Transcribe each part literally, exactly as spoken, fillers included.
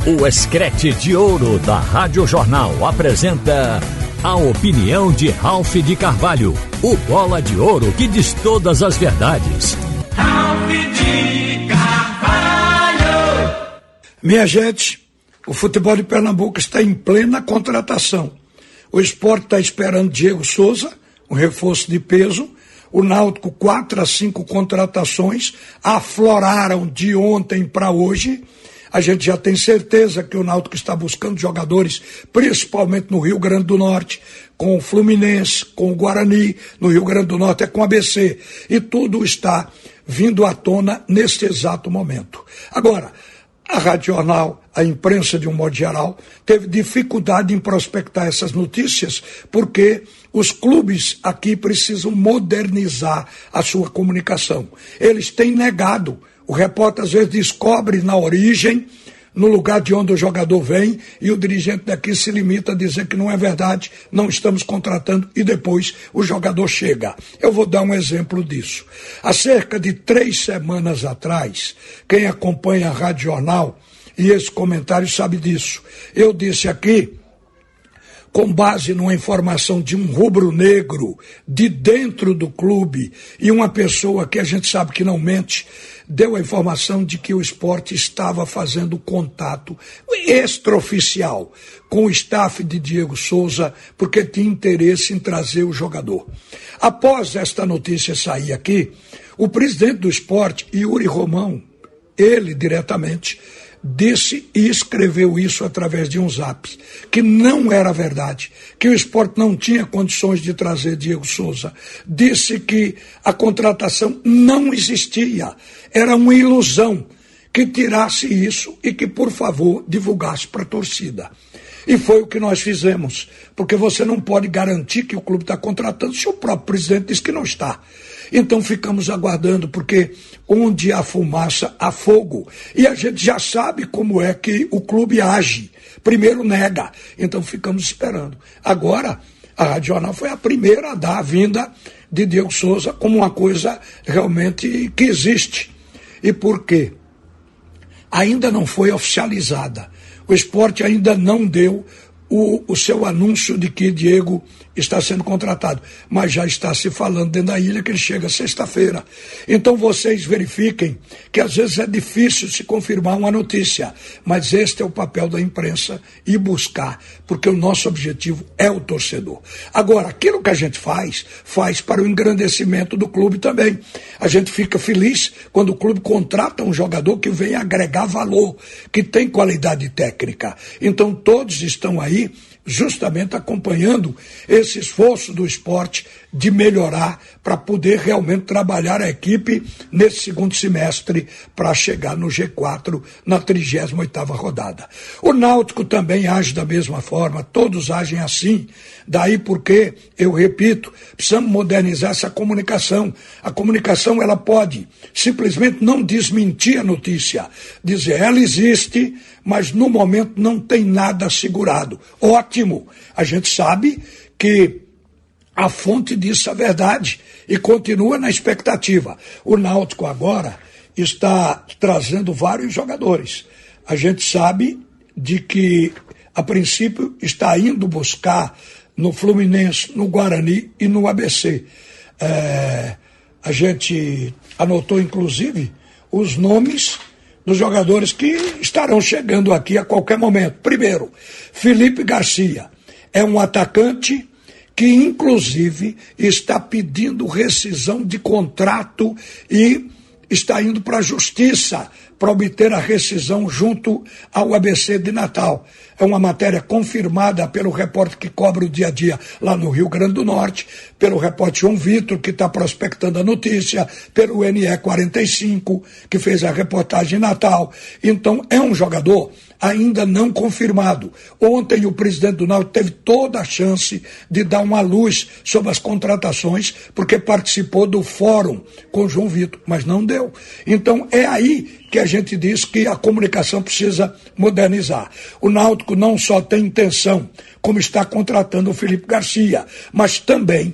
O Escrete de Ouro da Rádio Jornal apresenta a opinião de Ralph de Carvalho, o bola de ouro que diz todas as verdades. Ralph de Carvalho. Minha gente, o futebol de Pernambuco está em plena contratação. O Sport está esperando Diego Souza, um reforço de peso. O Náutico, quatro a cinco contratações afloraram de ontem para hoje. A gente já tem certeza que o Náutico está buscando jogadores, principalmente no Rio Grande do Norte, com o Fluminense, com o Guarani, no Rio Grande do Norte é com o A B C. E tudo está vindo à tona neste exato momento. Agora, a Rádio Jornal, a imprensa de um modo geral, teve dificuldade em prospectar essas notícias, porque os clubes aqui precisam modernizar a sua comunicação. Eles têm negado. O repórter às vezes descobre na origem, no lugar de onde o jogador vem, e o dirigente daqui se limita a dizer que não é verdade, não estamos contratando, e depois o jogador chega. Eu vou dar um exemplo disso. Há cerca de três semanas atrás, quem acompanha a Rádio Jornal e esse comentário sabe disso. Eu disse aqui, com base numa informação de um rubro-negro de dentro do clube e uma pessoa que a gente sabe que não mente, deu a informação de que o Sport estava fazendo contato extraoficial com o staff de Diego Souza, porque tinha interesse em trazer o jogador. Após esta notícia sair aqui, o presidente do Sport, Yuri Romão, ele diretamente, disse e escreveu isso através de um zap, que não era verdade, que o Sport não tinha condições de trazer Diego Souza. Disse que a contratação não existia, era uma ilusão, que tirasse isso e que, por favor, divulgasse para a torcida. E foi o que nós fizemos, porque você não pode garantir que o clube está contratando se o próprio presidente diz que não está. Então ficamos aguardando, porque onde há fumaça, há fogo. E a gente já sabe como é que o clube age. Primeiro nega, então ficamos esperando. Agora, a Rádio Jornal foi a primeira a dar a vinda de Diego Souza como uma coisa realmente que existe. E por quê? Ainda não foi oficializada. O Sport ainda não deu o, o seu anúncio de que Diego está sendo contratado, mas já está se falando dentro da ilha que ele chega sexta-feira. Então vocês verifiquem que às vezes é difícil se confirmar uma notícia, mas este é o papel da imprensa, ir buscar, porque o nosso objetivo é o torcedor. Agora, aquilo que a gente faz, faz para o engrandecimento do clube também. A gente fica feliz quando o clube contrata um jogador que vem agregar valor, que tem qualidade técnica. Então todos estão aí justamente acompanhando esse esforço do Sport de melhorar para poder realmente trabalhar a equipe nesse segundo semestre para chegar no G quatro na trigésima oitava rodada. O Náutico também age da mesma forma, todos agem assim, daí porque, eu repito, precisamos modernizar essa comunicação. A comunicação ela pode simplesmente não desmentir a notícia, dizer ela existe, mas no momento não tem nada assegurado. Ótimo, a gente sabe que a fonte disso é a verdade e continua na expectativa. O Náutico agora está trazendo vários jogadores. A gente sabe de que, a princípio, está indo buscar no Fluminense, no Guarani e no A B C. É, a gente anotou, inclusive, os nomes dos jogadores que estarão chegando aqui a qualquer momento. Primeiro, Felipe Garcia é um atacante que, inclusive, está pedindo rescisão de contrato e está indo para a justiça para obter a rescisão junto ao A B C de Natal. É uma matéria confirmada pelo repórter que cobre o dia a dia lá no Rio Grande do Norte, pelo repórter João Vitor, que está prospectando a notícia, pelo N E quarenta e cinco, que fez a reportagem em Natal. Então, é um jogador ainda não confirmado. Ontem o presidente do Náutico teve toda a chance de dar uma luz sobre as contratações, porque participou do fórum com João Vitor, mas não deu. Então, é aí que a gente diz que a comunicação precisa modernizar. O Náutico não só tem intenção, como está contratando o Felipe Garcia, mas também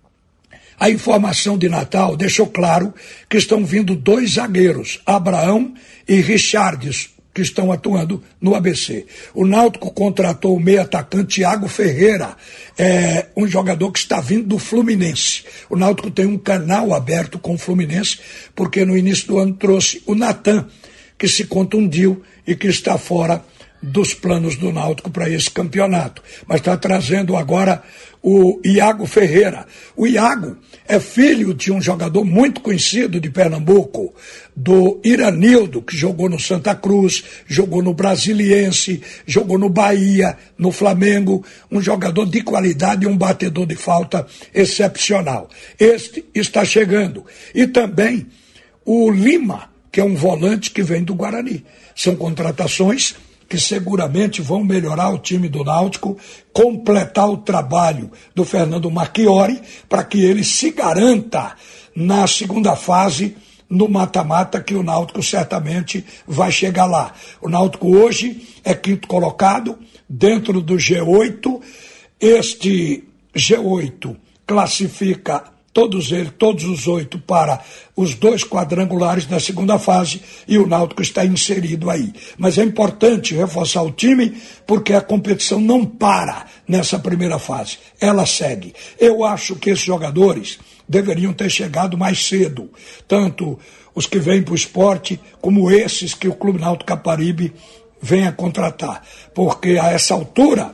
a informação de Natal deixou claro que estão vindo dois zagueiros, Abraão e Richardes, que estão atuando no A B C. O Náutico contratou o meio atacante Thiago Ferreira, é, um jogador que está vindo do Fluminense. O Náutico tem um canal aberto com o Fluminense, porque no início do ano trouxe o Natan, que se contundiu e que está fora dos planos do Náutico para esse campeonato. Mas está trazendo agora o Iago Ferreira. O Iago é filho de um jogador muito conhecido de Pernambuco, do Iranildo, que jogou no Santa Cruz, jogou no Brasiliense, jogou no Bahia, no Flamengo, um jogador de qualidade e um batedor de falta excepcional. Este está chegando. E também o Lima, que é um volante que vem do Guarani. São contratações que seguramente vão melhorar o time do Náutico, completar o trabalho do Fernando Marchiori, para que ele se garanta na segunda fase, no mata-mata, que o Náutico certamente vai chegar lá. O Náutico hoje é quinto colocado, dentro do G oito. Este G oito classifica todos eles, todos os oito, para os dois quadrangulares da segunda fase, e o Náutico está inserido aí. Mas é importante reforçar o time, porque a competição não para nessa primeira fase, ela segue. Eu acho que esses jogadores deveriam ter chegado mais cedo, tanto os que vêm para o esporte, como esses que o Clube Náutico Caparibe vem a contratar, porque a essa altura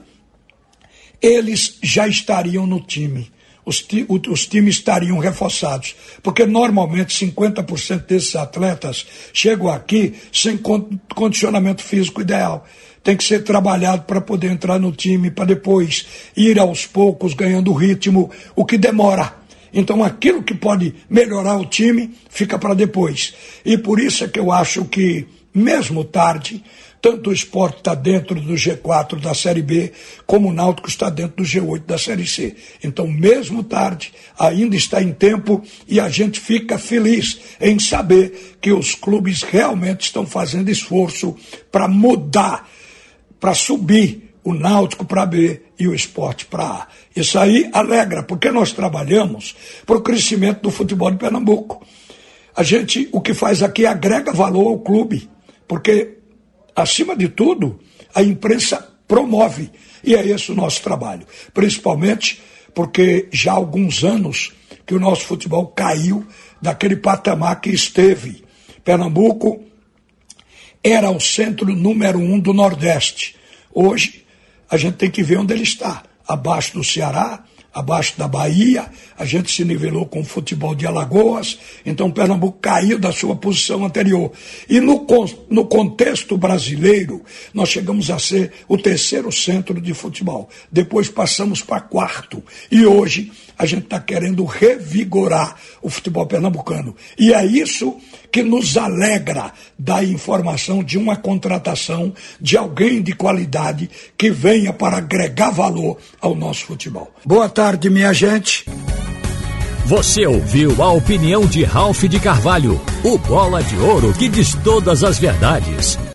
eles já estariam no time. Os, ti, os times estariam reforçados, porque normalmente cinquenta por cento desses atletas chegam aqui sem condicionamento físico ideal. Tem que ser trabalhado para poder entrar no time, para depois ir aos poucos ganhando ritmo, o que demora. Então aquilo que pode melhorar o time fica para depois. E por isso é que eu acho que, mesmo tarde, tanto o Sport está dentro do G quatro da Série B, como o Náutico está dentro do G oito da Série C. Então, mesmo tarde, ainda está em tempo, e a gente fica feliz em saber que os clubes realmente estão fazendo esforço para mudar, para subir o Náutico para B e o Sport para A. Isso aí alegra, porque nós trabalhamos para o crescimento do futebol de Pernambuco. A gente, o que faz aqui, agrega valor ao clube, porque, acima de tudo, a imprensa promove, e é esse o nosso trabalho, principalmente porque já há alguns anos que o nosso futebol caiu daquele patamar que esteve. Pernambuco era o centro número um do Nordeste. Hoje a gente tem que ver onde ele está, abaixo do Ceará, abaixo da Bahia. A gente se nivelou com o futebol de Alagoas, então Pernambuco caiu da sua posição anterior. E no, no contexto brasileiro, nós chegamos a ser o terceiro centro de futebol. Depois passamos para quarto. E hoje a gente está querendo revigorar o futebol pernambucano. E é isso que nos alegra da informação de uma contratação de alguém de qualidade que venha para agregar valor ao nosso futebol. Boa tarde, minha gente. Você ouviu a opinião de Ralph de Carvalho, o bola de ouro que diz todas as verdades.